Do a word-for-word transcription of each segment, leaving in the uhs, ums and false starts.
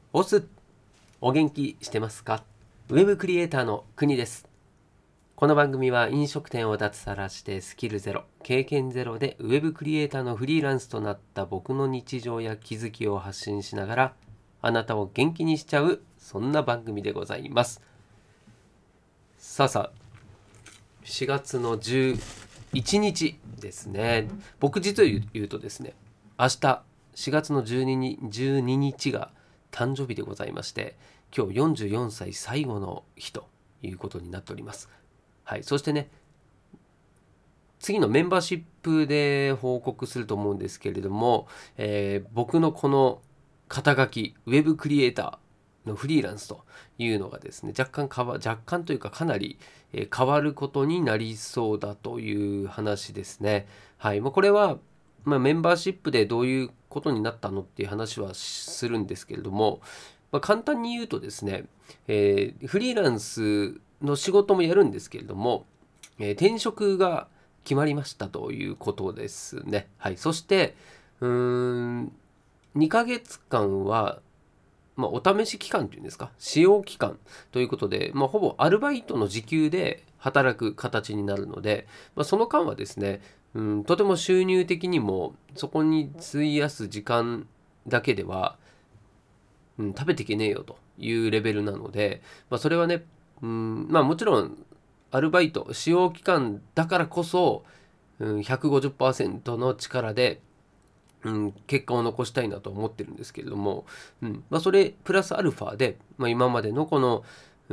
オス、お元気してますか？ウェブクリエイターの国です。この番組は飲食店を脱サラしてスキルゼロ、経験ゼロでウェブクリエイターのフリーランスとなった僕の日常や気づきを発信しながらあなたを元気にしちゃう、そんな番組でございます。さあさあ、しがつのじゅういちにちですね。僕実を言うとですね、明日しがつのじゅうににちが誕生日でございまして、今日よんじゅうよんさい最後の日ということになっております。はい、そしてね、次のメンバーシップで報告すると思うんですけれども、えー僕のこの肩書き、ウェブクリエイターのフリーランスというのがですね、若干変わ、若干というかかなり、えー変わることになりそうだという話ですね。はい、もうこれは、まあ、メンバーシップでどういうことになったのっていう話はするんですけれども、まあ、簡単に言うとですね、えーフリーランスの仕事もやるんですけれども、えー転職が決まりましたということですね。はい。そして、うーん、にかげつかんは、まあ、お試し期間というんですか、使用期間ということで、まあ、ほぼアルバイトの時給で働く形になるので、まあ、その間はですね、うん、とても収入的にも、そこに費やす時間だけでは、うん、食べていけねえよというレベルなので、まあ、それはね、うん、まあもちろんアルバイト使用期間だからこそ、うん、ひゃくごじゅっパーセントの力で、うん、結果を残したいなと思ってるんですけれども、うんまあ、それプラスアルファで、まあ、今までのこの、うん、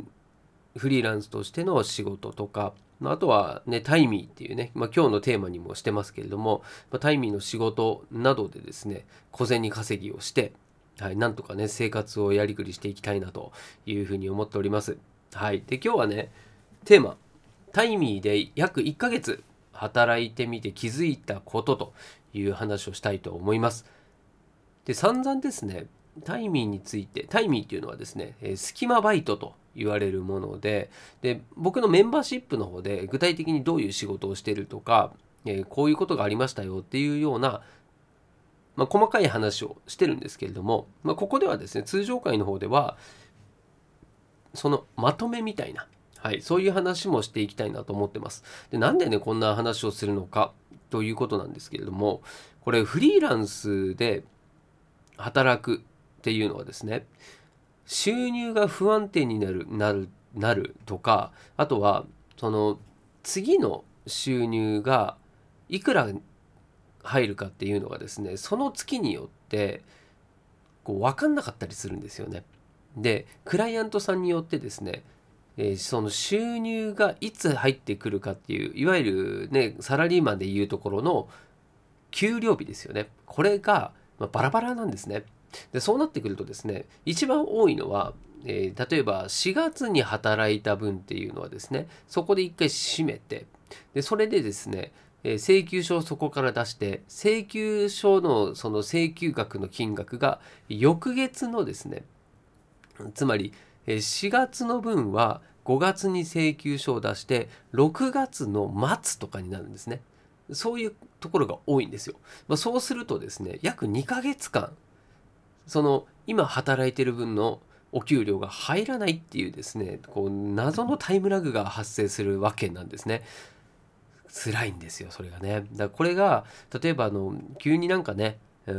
フリーランスとしての仕事とか、まああとはね、タイミーっていうね、まあ、今日のテーマにもしてますけれども、まあ、タイミーの仕事などでですね、小銭稼ぎをして、はい、なんとかね、生活をやりくりしていきたいなというふうに思っております。はい。で、今日はね、テーマ、タイミーで約いっかげつ働いてみて気づいたことという話をしたいと思います。で、散々ですね、タイミーについて、タイミーっていうのはですね、えー隙間バイトと言われるもので、で、僕のメンバーシップの方で具体的にどういう仕事をしているとか、えーこういうことがありましたよっていうような、まあ、細かい話をしてるんですけれども、まあ、ここではですね、通常会の方では、そのまとめみたいな、はい、そういう話もしていきたいなと思ってます。で、なんでね、こんな話をするのかということなんですけれども、これフリーランスで働くっていうのはですね、収入が不安定になる、なる、なるとか、あとは、その、次の収入がいくら入るかっていうのがですね、その月によってこう分かんなかったりするんですよね。で、クライアントさんによってですね、えーその収入がいつ入ってくるかっていう、いわゆるね、サラリーマンでいうところの給料日ですよね。これが、まあ、バラバラなんですね。で、そうなってくるとですね、一番多いのは、えー例えばしがつに働いた分っていうのはですね、そこで一回締めて、で、それでですね、えー請求書をそこから出して、請求書のその請求額の金額が翌月のですね、つまりえーしがつの分はごがつに請求書を出して、ろくがつの末とかになるんですね。そういうところが多いんですよ。まあ、そうするとですね、約にかげつかん、その今働いてる分のお給料が入らないっていうですね、こう謎のタイムラグが発生するわけなんですね。辛いんですよ、それがね。だからこれが、例えばあの、急になんかね、うん、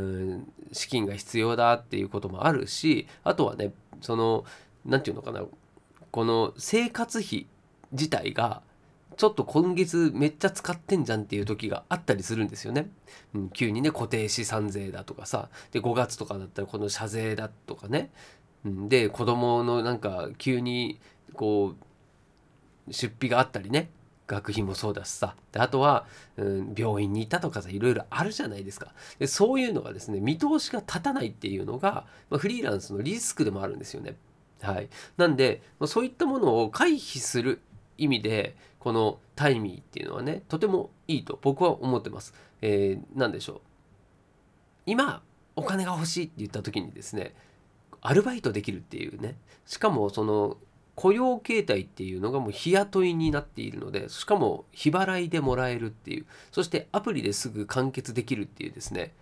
資金が必要だっていうこともあるし、あとはね、その、なんていうのかな、この生活費自体が、ちょっと今月めっちゃ使ってんじゃんっていう時があったりするんですよね。うん、急にね、固定資産税だとかさ、で、ごがつとかだったらこの社税だとかね、うん、で、子供のなんか急にこう、出費があったりね、学費もそうだしさ、であとは、うん、病院に行ったとかさ、いろいろあるじゃないですか。でそういうのがですね、見通しが立たないっていうのが、まあ、フリーランスのリスクでもあるんですよね。はい、なんで、まあ、そういったものを回避する意味でこのタイミーっていうのはね、とてもいいと僕は思ってます。えー、なんでしょう、今お金が欲しいって言った時にですね、アルバイトできるっていうね、しかもその雇用形態っていうのがもう日雇いになっているので、しかも日払いでもらえるっていう、そしてアプリですぐ完結できるっていうですね、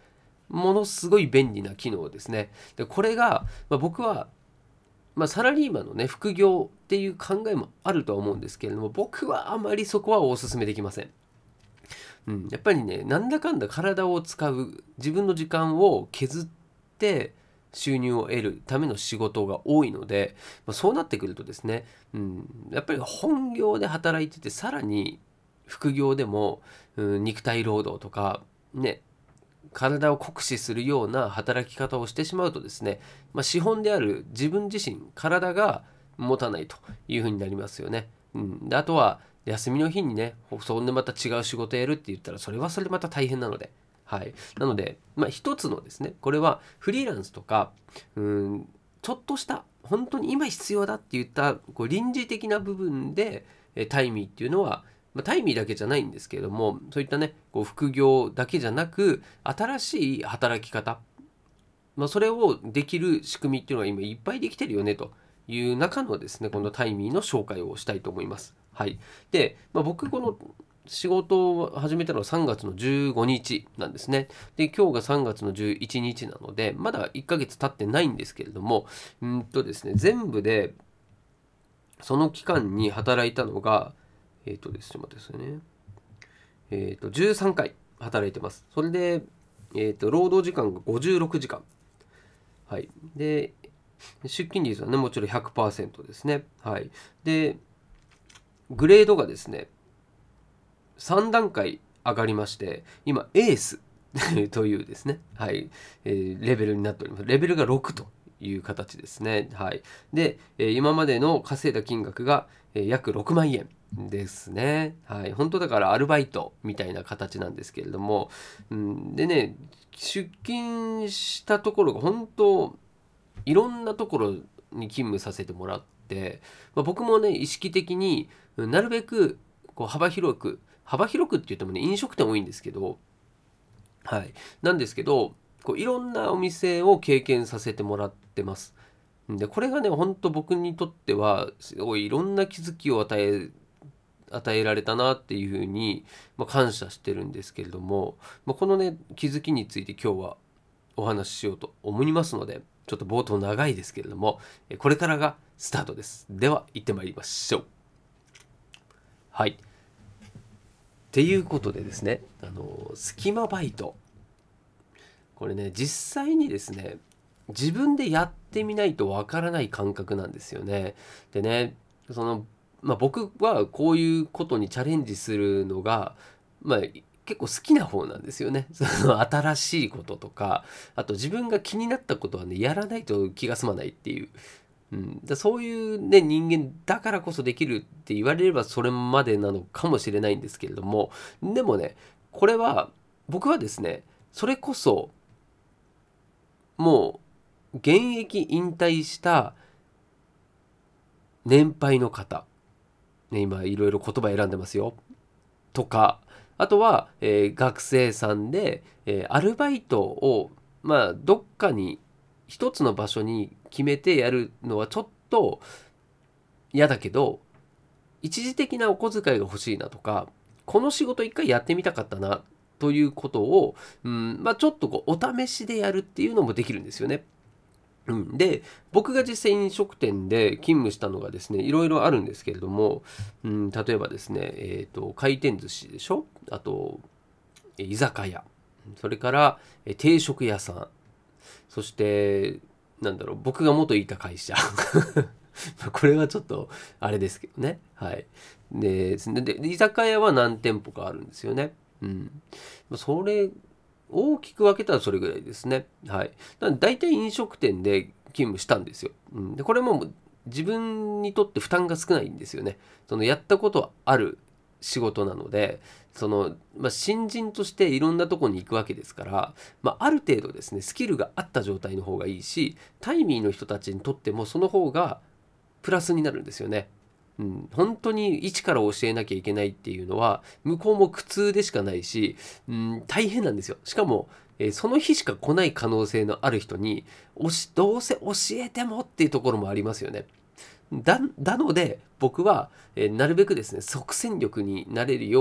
ものすごい便利な機能ですね。で、これが、まあ、僕は、まあ、サラリーマンのね、副業っていう考えもあるとは思うんですけれども、僕はあまりそこはお勧めできません。うん、やっぱりね、なんだかんだ体を使う、自分の時間を削って収入を得るための仕事が多いので、まあ、そうなってくるとですね、うん、やっぱり本業で働いてて、さらに副業でも、うん、肉体労働とか、ね、体を酷使するような働き方をしてしまうとですね、まあ、資本である自分自身、体が持たないというふうになりますよね。うん、であとは休みの日にね、そんでまた違う仕事やるって言ったら、それはそれでまた大変なので。はい。なので、まあ、一つのですね、これはフリーランスとか、うん、ちょっとした本当に今必要だって言ったこう臨時的な部分でえタイミーっていうのは、まあ、タイミーだけじゃないんですけれども、そういったね、こう副業だけじゃなく、新しい働き方、まあ、それをできる仕組みっていうのが今いっぱいできてるよねという中のですね、このタイミーの紹介をしたいと思います。はい。で、まあ、僕この仕事を始めたのはさんがつのじゅうごにちなんですね。で、今日がさんがつのじゅういちにちなので、まだいっかげつ経ってないんですけれども、うんとですね、全部でその期間に働いたのが、えっ、とですね、ちょっと待ってくださいね。えっ、と、じゅうさんかい働いてます。それで、えっ、と、労働時間がごじゅうろくじかん。はい。で、出勤率はね、もちろんひゃくパーセントですね。はい。で、グレードがですね、さんだんかい上がりまして、今、エースというですね、はい、えーレベルになっております。レベルがろくという形ですね。はい。で、えー今までの稼いだ金額が、えー約ろくまんえんですね。はい。本当だからアルバイトみたいな形なんですけれども、うん、でね、出勤したところが本当、いろんなところに勤務させてもらって、まあ、僕もね、意識的になるべくこう幅広く、幅広くって言ってもね、飲食店多いんですけど、はい。なんですけど、こういろんなお店を経験させてもらってます。で、これがね、ほんと僕にとっては、すごいいろんな気づきを与え、与えられたなっていうふうに、まあ、感謝してるんですけれども、まあ、このね、気づきについて今日はお話ししようと思いますので、ちょっと冒頭長いですけれども、これからがスタートです。では、行ってまいりましょう。はい。っていうことでですね、あの、スキマバイト。これね、実際にですね、自分でやってみないとわからない感覚なんですよね。でね、その、まあ、僕はこういうことにチャレンジするのが、まあ、結構好きな方なんですよね。その新しいこととか、あと自分が気になったことはね、やらないと気が済まないっていう。うん、だそういうね、人間だからこそできるって言われればそれまでなのかもしれないんですけれども、でもね、これは、僕はですね、それこそ、もう現役引退した年配の方、ね、今いろいろ言葉選んでますよとか、あとは、えー学生さんで、えーアルバイトをまあどっかに一つの場所に決めてやるのはちょっと嫌だけど、一時的なお小遣いが欲しいなとか、この仕事一回やってみたかったなということを、うんまあ、ちょっとこうお試しでやるっていうのもできるんですよね。うん、で、僕が実際飲食店で勤務したのがですね、いろいろあるんですけれども、うん、例えばですね、えっと、回転寿司でしょ、あと、え居酒屋、それからえ定食屋さん、そして、なんだろう、僕が元いた会社。これはちょっと、あれですけどね。はい。で、で、居酒屋は何店舗かあるんですよね。うん。それ大きく分けたらそれぐらいですね。はい。なので大体飲食店で勤務したんですよ。うん、でこれも自分にとって負担が少ないんですよね。そのやったことある仕事なので、その、まあ、新人としていろんなとこに行くわけですから、まあ、ある程度ですね、スキルがあった状態の方がいいし、タイミーの人たちにとってもその方がプラスになるんですよね。うん、本当に一から教えなきゃいけないっていうのは向こうも苦痛でしかないし、うん、大変なんですよ。しかも、えーその日しか来ない可能性のある人におしどうせ教えてもっていうところもありますよね。だ、なので僕は、えーなるべくですね即戦力になれるような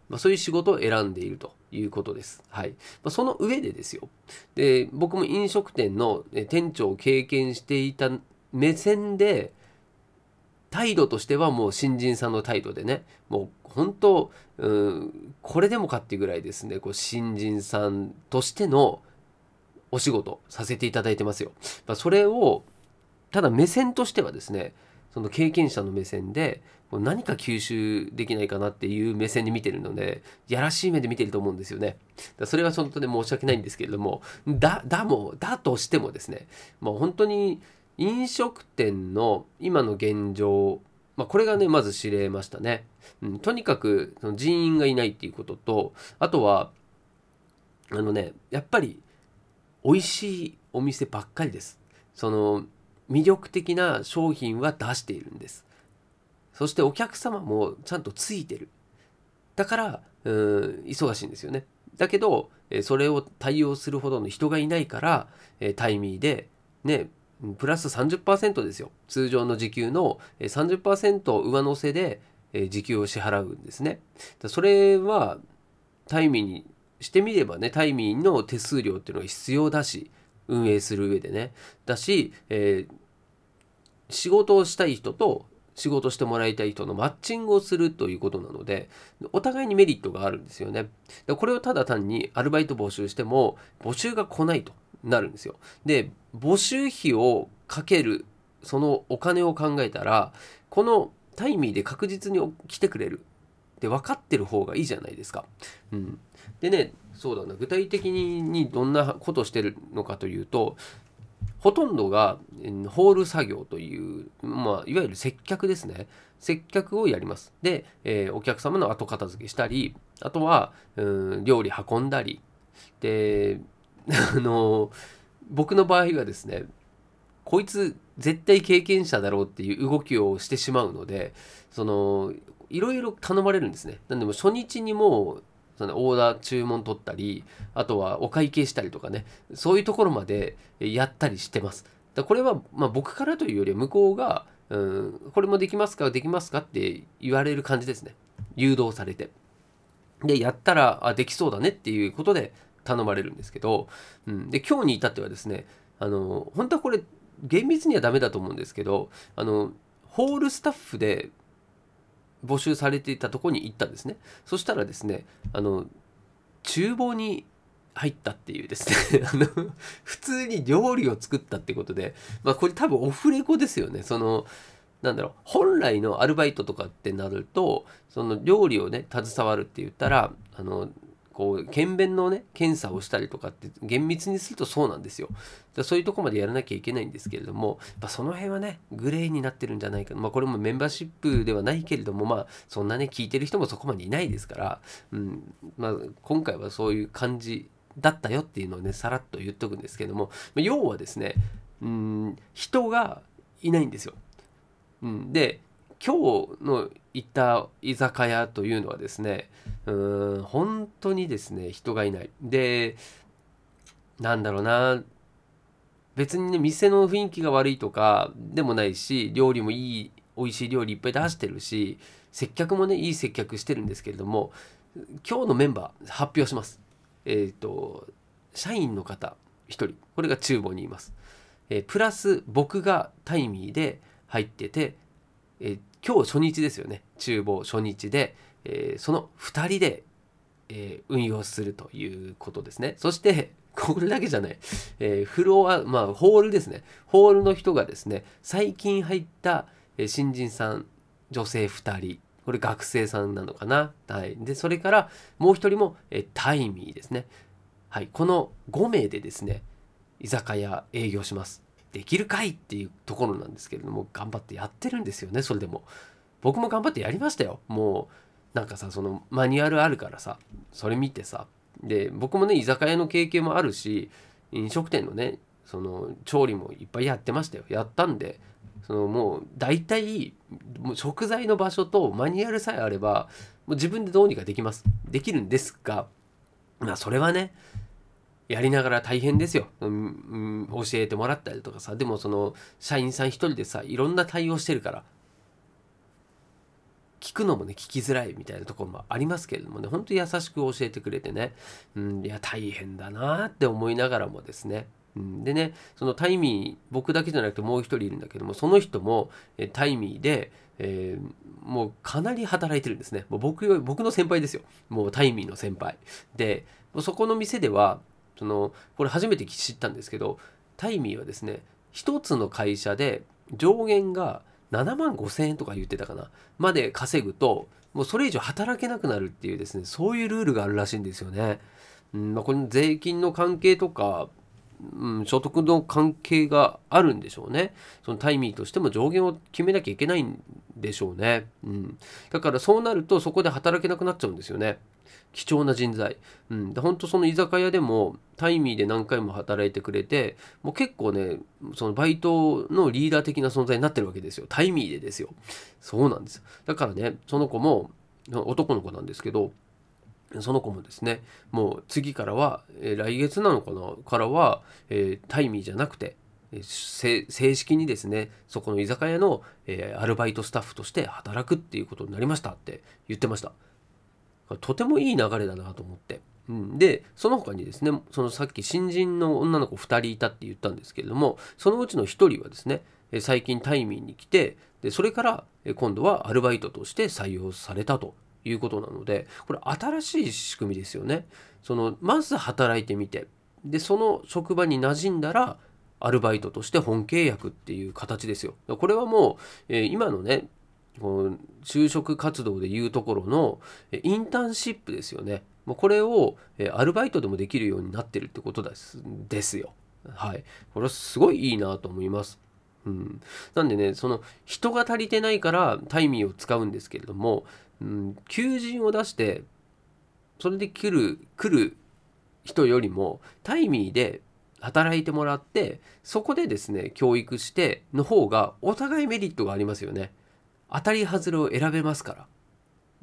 まあ、そういう仕事を選んでいるということです。はい。まあ、その上でですよ。で、僕も飲食店の店長を経験していた目線で、態度としてはもう新人さんの態度でね、もう本当、うん、これでもかっていうぐらいですね、こう新人さんとしてのお仕事させていただいてますよ。まあ、それを、ただ目線としてはですね、その経験者の目線で、何か吸収できないかなっていう目線で見てるので、やらしい目で見てると思うんですよね。だそれは本当に申し訳ないんですけれども、だ、だも、だとしてもですね、もう本当に飲食店の今の現状、まあ、これがね、まず知れましたね。うん、とにかくその人員がいないっていうことと、あとは、あのね、やっぱり美味しいお店ばっかりです。その魅力的な商品は出しているんです。そしてお客様もちゃんとついてる。だから、うーん、忙しいんですよね。だけど、えそれを対応するほどの人がいないから、えタイミーで、ね、プラスさんじゅっパーセントですよ。通常の時給のさんじゅっパーセント上乗せで時給を支払うんですね。それはタイミーにしてみればね、タイミーの手数料っていうのが必要だし、運営する上でね。だし、えー仕事をしたい人と仕事してもらいたい人のマッチングをするということなので、お互いにメリットがあるんですよね。これをただ単にアルバイト募集しても、募集が来ないとなるんですよ。で、募集費をかける、そのお金を考えたら、このタイミーで確実に来てくれるって分かってる方がいいじゃないですか。うん。でね、そうだな、具体的にどんなことをしてるのかというと、ほとんどがホール作業という、まあ、いわゆる接客ですね。接客をやります。で、えーお客様の後片付けしたり、あとは、うん、料理運んだり。で、あの、僕の場合はですね、こいつ絶対経験者だろうっていう動きをしてしまうので、その、いろいろ頼まれるんですね。なんでも初日にもう、そのオーダー注文取ったり、あとはお会計したりとかね、そういうところまでやったりしてます。だこれは、まあ、僕からというよりは向こうが、うん、これもできますかできますかって言われる感じですね。誘導されて。で、やったら、あ、できそうだねっていうことで頼まれるんですけど、うん、で、今日に至ってはですね、あの、本当はこれ、厳密にはダメだと思うんですけど、あの、ホールスタッフで募集されていたところに行ったんですね。そしたらですね、あの、厨房に入ったっていうですねあの、普通に料理を作ったってことで、まあこれ多分オフレコですよね。その、なんだろう、本来のアルバイトとかってなると、その料理をね、携わるって言ったら、あの、こう、検便のね、検査をしたりとかって厳密にするとそうなんですよ。だそういうとこまでやらなきゃいけないんですけれども、やっぱその辺はね、グレーになってるんじゃないか。まあこれもメンバーシップではないけれども、まあそんなね、聞いてる人もそこまでいないですから、うん、まあ今回はそういう感じだったよっていうのをね、さらっと言っとくんですけども、要はですね、うん、人がいないんですよ。うん、で、今日の行った居酒屋というのはですね、うーん、本当にですね、人がいない。で、なんだろうな、別にね、店の雰囲気が悪いとかでもないし、料理もいい、美味しい料理いっぱい出してるし、接客もね、いい接客してるんですけれども、今日のメンバー発表します。えっと、社員の方ひとり、これが厨房にいます。えープラス僕がタイミーで入ってて、えー今日初日ですよね。厨房初日で、えーそのふたりで、えー運用するということですね。そして、これだけじゃない。えーフロア、まあ、ホールですね。ホールの人がですね、最近入ったえー新人さん、女性ふたり。これ学生さんなのかな。はい。で、それからもう一人も、えータイミーですね。はい。このご名でですね、居酒屋営業します。できるかいっていうところなんですけれども、頑張ってやってるんですよね、それでも。僕も頑張ってやりましたよ。もう、なんかさ、そのマニュアルあるからさ、それ見てさ、で、僕もね、居酒屋の経験もあるし、飲食店のね、その調理もいっぱいやってましたよ。やったんで、そのもう大体、もう食材の場所とマニュアルさえあれば、もう自分でどうにかできます。できるんですが、まあそれはね、やりながら大変ですよ、うんうん、教えてもらったりとかさ。でもその社員さん一人でさ、いろんな対応してるから、 聞くのもね聞きづらいみたいなところもありますけれどもね、本当に優しく教えてくれてね、うん、いや大変だなって思いながらもですね、うん、でね、そのタイミー、僕だけじゃなくてもう一人いるんだけども、その人もえタイミーで、えーもうかなり働いてるんですね。もう僕よ僕の先輩ですよ。もうタイミーの先輩で、そこの店ではそのこれ初めて知ったんですけど、タイミーはですね、一つの会社で上限がななまんごせんえんとか言ってたかなまで稼ぐと、もうそれ以上働けなくなるっていうですね、そういうルールがあるらしいんですよね。うんまあ、これ税金の関係とか、うん、所得の関係があるんでしょうね。そのタイミーとしても上限を決めなきゃいけないんでしょうね。うん、だからそうなるとそこで働けなくなっちゃうんですよね。貴重な人材。うん、で本当その居酒屋でもタイミーで何回も働いてくれて、もう結構ね、そのバイトのリーダー的な存在になってるわけですよ。タイミーでですよ。そうなんですよ。だからね、その子も男の子なんですけど、その子もですね、もう次からは、えー来月なのかなからは、えータイミーじゃなくて、えーせ正式にですね、そこの居酒屋の、えーアルバイトスタッフとして働くっていうことになりましたって言ってました。とてもいい流れだなと思って。うん、で、その他にですね、そのさっき新人の女の子ふたりいたって言ったんですけれども、そのうちのひとりはですね、えー最近タイミーに来て、でそれからえー今度はアルバイトとして採用されたということなので、これ新しい仕組みですよね。そのまず働いてみて、でその職場に馴染んだらアルバイトとして本契約っていう形ですよ。これはもう、えー今のね、この就職活動でいうところのえインターンシップですよね。もうこれをえアルバイトでもできるようになってるってことですですよ。はい。これはすごいいいなと思います。うん、なんでね、その人が足りてないからタイミーを使うんですけれども、うん、求人を出してそれで来る来る人よりもタイミーで働いてもらって、そこでですね教育しての方がお互いメリットがありますよね。当たり外れを選べますから。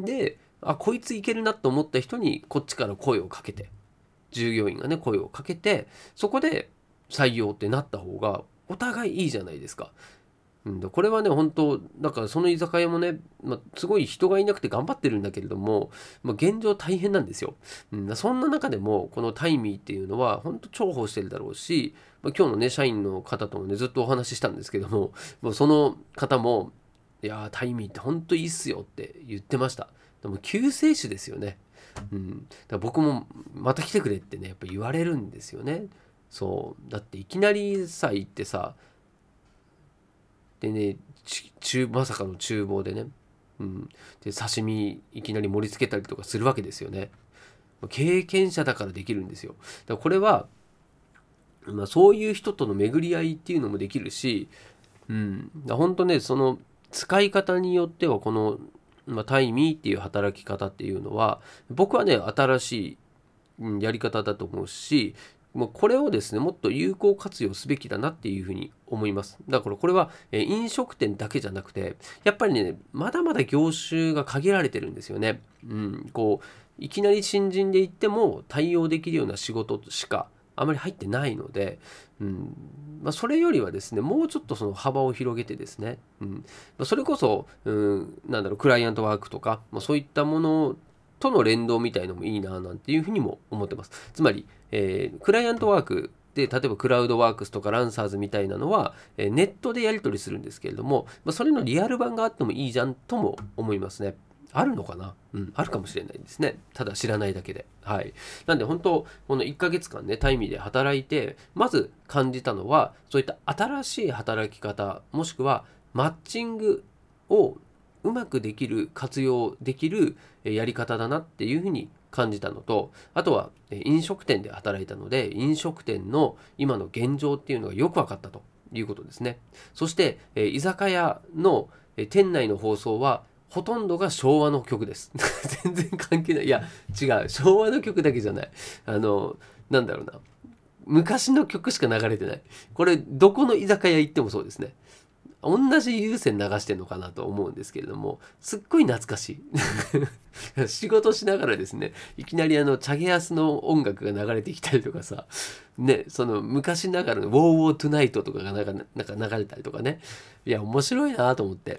で、あこいついけるなと思った人にこっちから声をかけて、従業員がね声をかけて、そこで採用ってなった方がお互いいいじゃないですか。うん、これはね、本当だからその居酒屋もね、まあ、すごい人がいなくて頑張ってるんだけれども、まあ、現状大変なんですよ。うん、そんな中でも、このタイミーっていうのは、本当重宝してるだろうし、まあ、今日のね、社員の方ともね、ずっとお話ししたんですけども、もうその方も、いやー、タイミーって本当いいっすよって言ってました。でも、救世主ですよね。うん、だから僕も、また来てくれってね、やっぱ言われるんですよね。そう。だっていきなりさ、行ってさ、でね、ちまさかの厨房でね、うん、で刺身いきなり盛り付けたりとかするわけですよね。経験者だからできるんですよ。だからこれは、まあ、そういう人との巡り合いっていうのもできるし、うん、本当ね、その使い方によってはこの、まあ、タイミーっていう働き方っていうのは僕はね新しいうんやり方だと思うし、もうこれをですねもっと有効活用すべきだなっていうふうに思います。だからこれはえー飲食店だけじゃなくて、やっぱりねまだまだ業種が限られてるんですよね。うん、こういきなり新人で行っても対応できるような仕事しかあまり入ってないので、うんまあ、それよりはですねもうちょっとその幅を広げてですね、うんまあ、それこそ、うん、なんだろうクライアントワークとか、まあ、そういったものとの連動みたいのもいいななんていうふうにも思ってます。つまり、えークライアントワークで例えばクラウドワークスとかランサーズみたいなのは、えーネットでやり取りするんですけれども、まあ、それのリアル版があってもいいじゃんとも思いますね。あるのかな、うん、あるかもしれないですね。ただ知らないだけで。はい。なんで本当、このいっかげつかんね、タイミーで働いて、まず感じたのは、そういった新しい働き方、もしくはマッチングをうまくできる、活用できるえやり方だなっていうふうに感じたのと、あとはえ飲食店で働いたので、飲食店の今の現状っていうのがよく分かったということですね。そして、え居酒屋のえ店内の放送は、ほとんどが昭和の曲です。全然関係ない。いや、違う。昭和の曲だけじゃない。あの、なんだろうな。昔の曲しか流れてない。これ、どこの居酒屋行ってもそうですね。同じ有線流してるのかなと思うんですけれども、すっごい懐かしい。仕事しながらですね、いきなりあの、チャゲアスの音楽が流れてきたりとかさ、ね、その昔ながらのウォーウォートゥナイトとかがなんかなんか流れたりとかね。いや、面白いなと思って。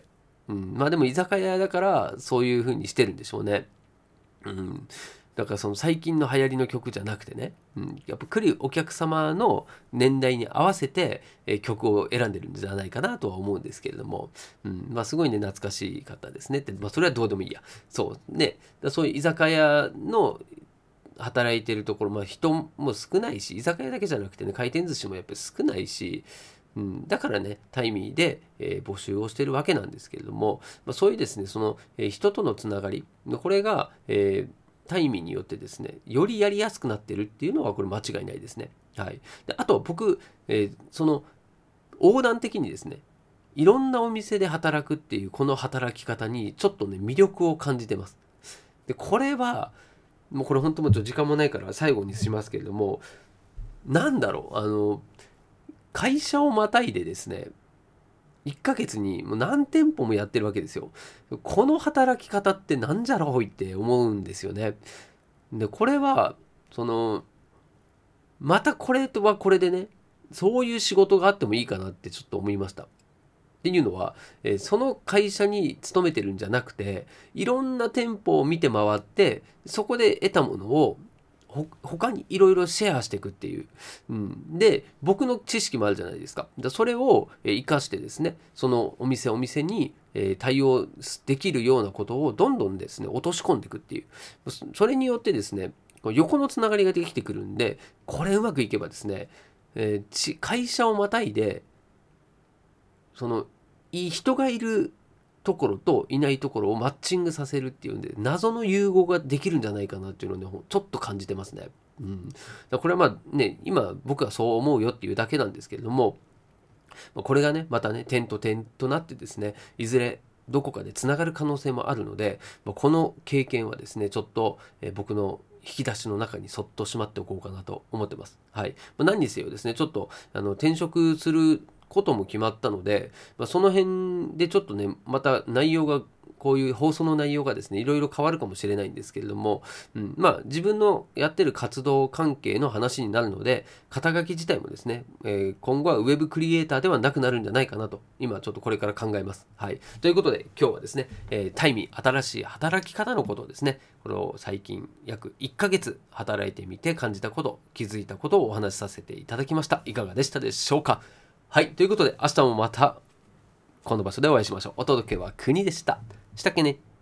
うん、まあでも居酒屋だからそういう風にしてるんでしょうね。うん、だからその最近の流行りの曲じゃなくてね、うん、やっぱ来るお客様の年代に合わせて、えー曲を選んでるんじゃないかなとは思うんですけれども、うん、まあすごいね懐かしい方ですねって、まあ、それはどうでもいいや。そうね、だそういう居酒屋の働いてるところ、まあ、人も少ないし、居酒屋だけじゃなくてね、回転寿司もやっぱり少ないし、うん、だからね、タイミーで、えー募集をしてるわけなんですけれども、まあ、そういうですね、その、えー人とのつながり、これが、えータイミーによってですね、よりやりやすくなってるっていうのは、これ間違いないですね。はい。であと、僕、えーその、横断的にですね、いろんなお店で働くっていう、この働き方に、ちょっとね、魅力を感じてます。で、これは、もうこれ本当もうちょっと時間もないから最後にしますけれども、なんだろう、あの、会社をまたいでですね、いっかげつにもう何店舗もやってるわけですよ。この働き方ってなんじゃらほいって思うんですよね。で、これは、その、またこれとはこれでね、そういう仕事があってもいいかなってちょっと思いました。っていうのは、えーその会社に勤めてるんじゃなくて、いろんな店舗を見て回って、そこで得たものをほ他にいろいろシェアしていくっていう。うん、で、僕の知識もあるじゃないですか。だそれをえー活かしてですね、そのお店お店にえー対応できるようなことをどんどんですね、落とし込んでいくっていう。そそれによってですね、こう横のつながりができてくるんで、これうまくいけばですね、えーち会社をまたいで、そのいい人がいるところといないところをマッチングさせるっていうんで謎の融合ができるんじゃないかなっていうのをねほんちょっと感じてますね。うん、だからこれはまあね今僕はそう思うよっていうだけなんですけれども、まあこれがねまたね点と点となってですねいずれどこかでつながる可能性もあるので、まあこの経験はですねちょっと、えー僕の引き出しの中にそっとしまっておこうかなと思ってます。はい。まあ、何にせよですね、ちょっとあの転職することも決まったので、まあ、その辺でちょっとね、また内容が、こういう放送の内容がですね、いろいろ変わるかもしれないんですけれども、うん、まあ自分のやってる活動関係の話になるので、肩書き自体もですね、えー今後はウェブクリエイターではなくなるんじゃないかなと、今ちょっとこれから考えます。はい。ということで、今日はですね、えータイミー新しい働き方のことをですね、これを最近約いっかげつ働いてみて感じたこと、気づいたことをお話しさせていただきました。いかがでしたでしょうか。はい。ということで、明日もまたこの場所でお会いしましょう。お届けは国でした。したっけね。